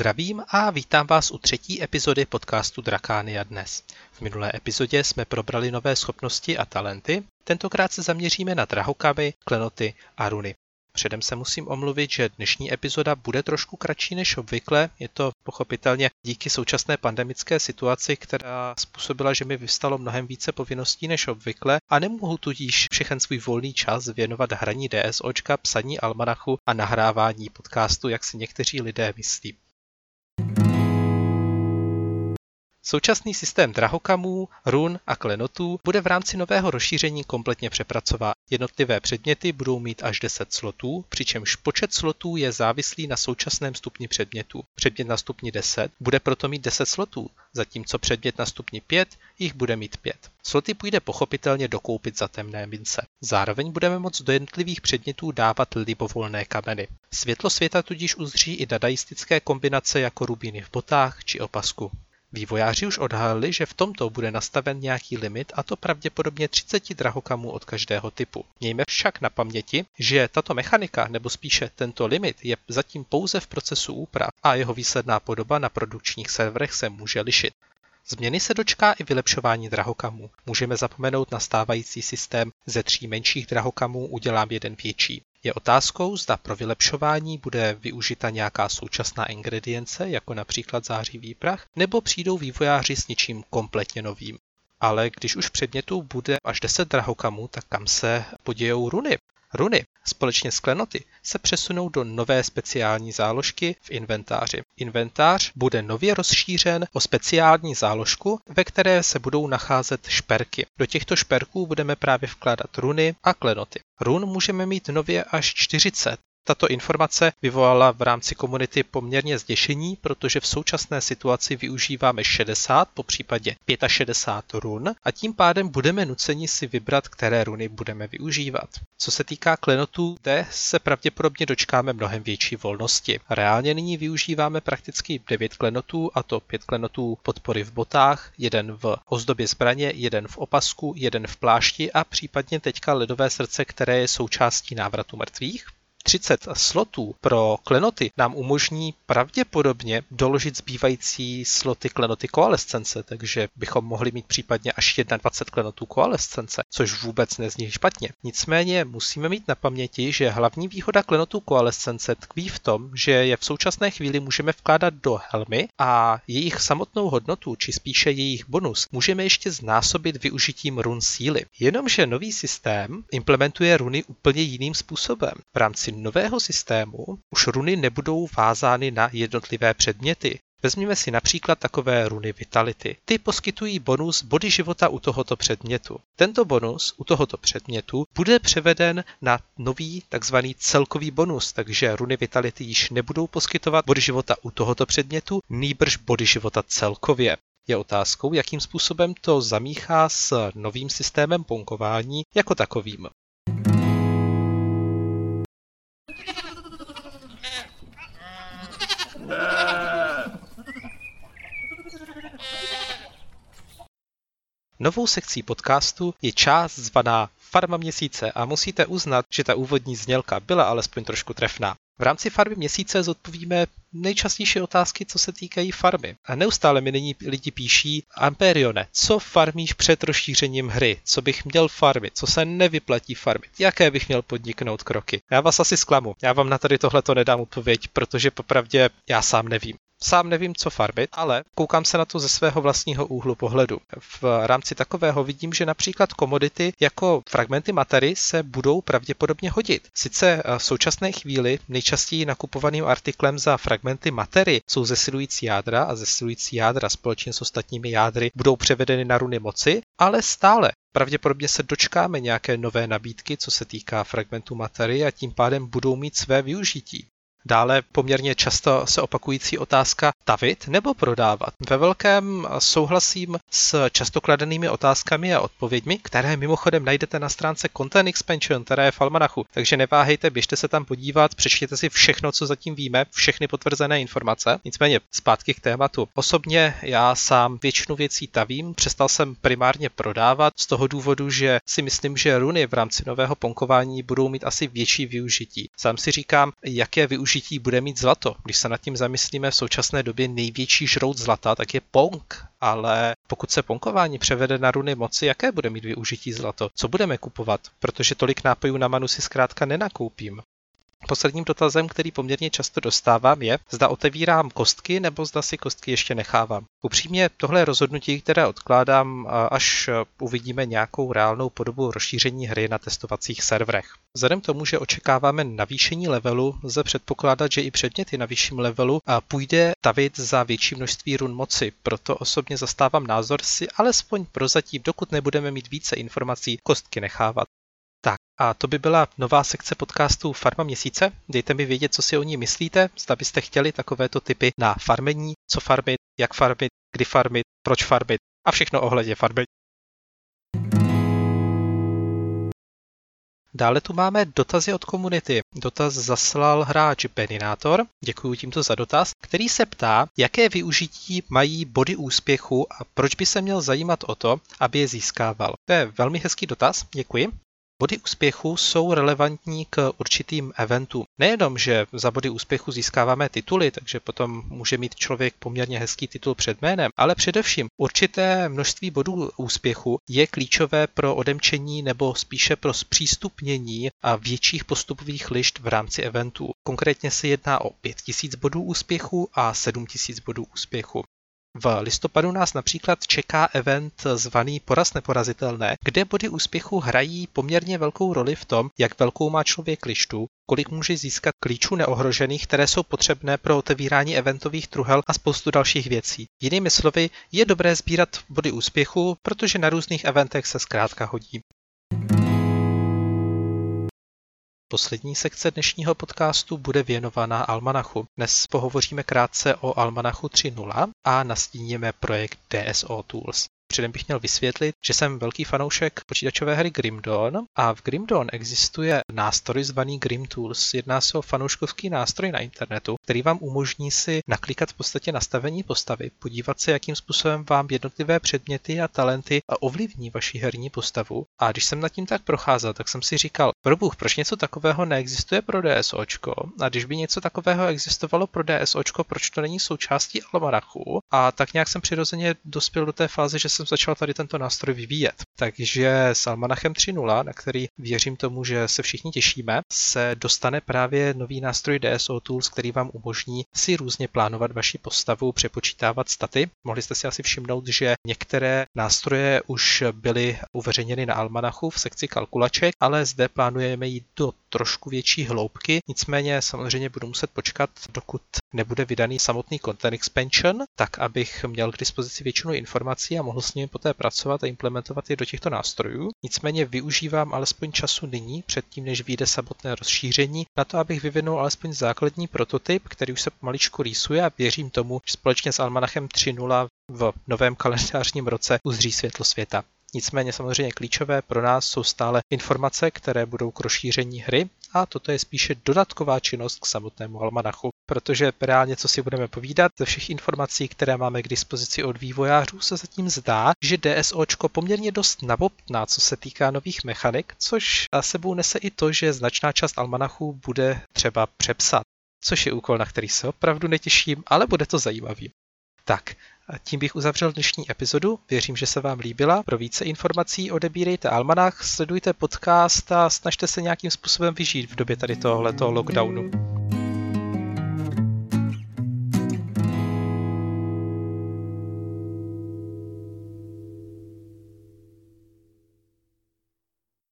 Zdravím a vítám vás u třetí epizody podcastu Drakania dnes. V minulé epizodě jsme probrali nové schopnosti a talenty, tentokrát se zaměříme na drahokamy, klenoty a runy. Předem se musím omluvit, že dnešní epizoda bude trošku kratší než obvykle, je to pochopitelně díky současné pandemické situaci, která způsobila, že mi vyvstalo mnohem více povinností než obvykle a nemohu tudíž všechen svůj volný čas věnovat hraní DSOčka, psaní almanachu a nahrávání podcastu, jak si někteří lidé myslí. Současný systém drahokamů, run a klenotů bude v rámci nového rozšíření kompletně přepracován. Jednotlivé předměty budou mít až 10 slotů, přičemž počet slotů je závislý na současném stupni předmětu. Předmět na stupni 10 bude proto mít 10 slotů, zatímco předmět na stupni 5 jich bude mít 5. Sloty půjde pochopitelně dokoupit za temné mince. Zároveň budeme moct do jednotlivých předmětů dávat libovolné kameny. Světlo světa tudíž uzří i dadaistické kombinace jako rubíny v botách či opasku. Vývojáři už odhalili, že v tomto bude nastaven nějaký limit, a to pravděpodobně 30 drahokamů od každého typu. Mějme však na paměti, že tato mechanika, nebo spíše tento limit, je zatím pouze v procesu úprav a jeho výsledná podoba na produkčních serverech se může lišit. Změny se dočká i vylepšování drahokamů. Můžeme zapomenout na stávající systém ze 3 menších drahokamů udělám jeden větší. Je otázkou, zda pro vylepšování bude využita nějaká současná ingredience, jako například zářivý prach, nebo přijdou vývojáři s něčím kompletně novým. Ale když už v předmětu bude až 10 drahokamů, tak kam se podějou runy? Runy společně s klenoty se přesunou do nové speciální záložky v inventáři. Inventář bude nově rozšířen o speciální záložku, ve které se budou nacházet šperky. Do těchto šperků budeme právě vkládat runy a klenoty. Run můžeme mít nově až 40. Tato informace vyvolala v rámci komunity poměrně zděšení, protože v současné situaci využíváme 60, popřípadě 65 run a tím pádem budeme nuceni si vybrat, které runy budeme využívat. Co se týká klenotů, zde se pravděpodobně dočkáme mnohem větší volnosti. Reálně nyní využíváme prakticky 9 klenotů, a to 5 klenotů podpory v botách, jeden v ozdobě zbraně, jeden v opasku, jeden v plášti a případně teďka ledové srdce, které je součástí návratu mrtvých. 30 slotů pro klenoty nám umožní pravděpodobně doložit zbývající sloty klenoty koalescence, takže bychom mohli mít případně až 21 klenotů koalescence, což vůbec nezní špatně. Nicméně musíme mít na paměti, že hlavní výhoda klenotů koalescence tkví v tom, že je v současné chvíli můžeme vkládat do helmy a jejich samotnou hodnotu, či spíše jejich bonus, můžeme ještě znásobit využitím run síly. Jenomže nový systém implementuje runy úplně jiným způsobem. V rámci nového systému už runy nebudou vázány na jednotlivé předměty. Vezměme si například takové runy Vitality. Ty poskytují bonus body života u tohoto předmětu. Tento bonus u tohoto předmětu bude převeden na nový takzvaný celkový bonus, takže runy Vitality již nebudou poskytovat body života u tohoto předmětu, nýbrž body života celkově. Je otázkou, jakým způsobem to zamíchá s novým systémem punkování jako takovým. Novou sekcí podcastu je část zvaná Farma měsíce a musíte uznat, že ta úvodní znělka byla alespoň trošku trefná. V rámci Farmy měsíce zodpovíme nejčastější otázky, co se týkají farmy. A neustále mi nyní lidi píší: Amperione, co farmíš před rozšířením hry? Co bych měl farmit? Co se nevyplatí farmit? Jaké bych měl podniknout kroky? Já vás asi zklamu. Já vám na tady tohleto nedám odpověď, protože popravdě já sám nevím. Sám nevím, co farmit, ale koukám se na to ze svého vlastního úhlu pohledu. V rámci takového vidím, že například komodity jako fragmenty matery se budou pravděpodobně hodit. Sice v současné chvíli nejčastěji nakupovaným artiklem za fragmenty matery jsou zesilující jádra a zesilující jádra společně s ostatními jádry budou převedeny na runy moci, ale stále pravděpodobně se dočkáme nějaké nové nabídky, co se týká fragmentů matery a tím pádem budou mít své využití. Dále poměrně často se opakující otázka tavit nebo prodávat. Ve velkém souhlasím s často kladenými otázkami a odpověďmi, které mimochodem najdete na stránce Content Expansion, která je v Almanachu. Takže neváhejte, běžte se tam podívat, přečtěte si všechno, co zatím víme, všechny potvrzené informace. Nicméně zpátky k tématu. Osobně já sám většinu věcí tavím, přestal jsem primárně prodávat z toho důvodu, že si myslím, že runy v rámci nového punkování budou mít asi větší využití. Sám si říkám, jaké využití využití bude mít zlato. Když se nad tím zamyslíme, v současné době největší žrout zlata, tak je Pong. Ale pokud se ponkování převede na runy moci, jaké bude mít využití zlato? Co budeme kupovat? Protože tolik nápojů na manu si zkrátka nenakoupím. Posledním dotazem, který poměrně často dostávám, je, zda otevírám kostky nebo zda si kostky ještě nechávám. Upřímně tohle je rozhodnutí, které odkládám, až uvidíme nějakou reálnou podobu rozšíření hry na testovacích serverech. Vzhledem k tomu, že očekáváme navýšení levelu, lze předpokládat, že i předměty na vyšším levelu půjde stavit za větší množství run moci. Proto osobně zastávám názor si alespoň prozatím, dokud nebudeme mít více informací, kostky nechávat. Tak a to by byla nová sekce podcastu Farma měsíce. Dejte mi vědět, co si o ní myslíte, zda byste chtěli takovéto tipy na farmení, co farmit, jak farmit, kdy farmit, proč farmit a všechno ohledně farmení. Dále tu máme dotazy od komunity. Dotaz zaslal hráč Beninátor, děkuji tímto za dotaz, který se ptá, jaké využití mají body úspěchu a proč by se měl zajímat o to, aby je získával. To je velmi hezký dotaz, děkuji. Body úspěchu jsou relevantní k určitým eventům. Nejenom, že za body úspěchu získáváme tituly, takže potom může mít člověk poměrně hezký titul před jménem, ale především určité množství bodů úspěchu je klíčové pro odemčení nebo spíše pro zpřístupnění a větších postupových lišt v rámci eventů. Konkrétně se jedná o 5000 bodů úspěchu a 7000 bodů úspěchu. V listopadu nás například čeká event zvaný Poraz neporazitelné, kde body úspěchu hrají poměrně velkou roli v tom, jak velkou má člověk lištu, kolik může získat klíčů neohrožených, které jsou potřebné pro otevírání eventových truhel a spoustu dalších věcí. Jinými slovy, je dobré sbírat body úspěchu, protože na různých eventech se zkrátka hodí. Poslední sekce dnešního podcastu bude věnovaná Almanachu. Dnes pohovoříme krátce o Almanachu 3.0 a nastíníme projekt DSO Tools. Předem bych měl vysvětlit, že jsem velký fanoušek počítačové hry Grim Dawn a v Grim Dawn existuje nástroj zvaný Grim Tools. Jedná se o fanouškovský nástroj na internetu, který vám umožní si naklikat v podstatě nastavení postavy, podívat se, jakým způsobem vám jednotlivé předměty a talenty ovlivní vaši herní postavu. A když jsem nad tím tak procházel, tak jsem si říkal, probůh, proč něco takového neexistuje pro DSOčko? A když by něco takového existovalo pro DSOčko, proč to není součástí Almanachu? A tak nějak jsem přirozeně dospěl do té fáze, že jsem začal tady tento nástroj vyvíjet. Takže s Almanachem 3.0, na který věřím tomu, že se všichni těšíme, se dostane právě nový nástroj DSO Tools, který vám umožní si různě plánovat vaši postavu, přepočítávat staty. Mohli jste si asi všimnout, že některé nástroje už byly uveřejněny na Almanachu v sekci kalkulaček, ale zde plánujeme jít do trošku větší hloubky, nicméně samozřejmě budu muset počkat, dokud nebude vydaný samotný Content Expansion, tak abych měl k dispozici většinu informací a mohl s nimi poté pracovat a implementovat je do těchto nástrojů. Nicméně využívám alespoň času nyní, předtím než vyjde samotné rozšíření, na to, abych vyvinul alespoň základní prototyp, který už se pomaličku rýsuje a věřím tomu, že společně s Almanachem 3.0 v novém kalendářním roce uzří světlo světa. Nicméně samozřejmě klíčové pro nás jsou stále informace, které budou k rozšíření hry a toto je spíše dodatková činnost k samotnému Almanachu, protože reálně, co si budeme povídat, ze všech informací, které máme k dispozici od vývojářů, se zatím zdá, že DSOčko poměrně dost nabobtná, co se týká nových mechanik, což sebou nese i to, že značná část Almanachu bude třeba přepsat, což je úkol, na který se opravdu netěším, ale bude to zajímavý. Tak, a tím bych uzavřel dnešní epizodu. Věřím, že se vám líbila. Pro více informací odebírejte Almanach, sledujte podcast a snažte se nějakým způsobem vyžít v době tady tohoto lockdownu.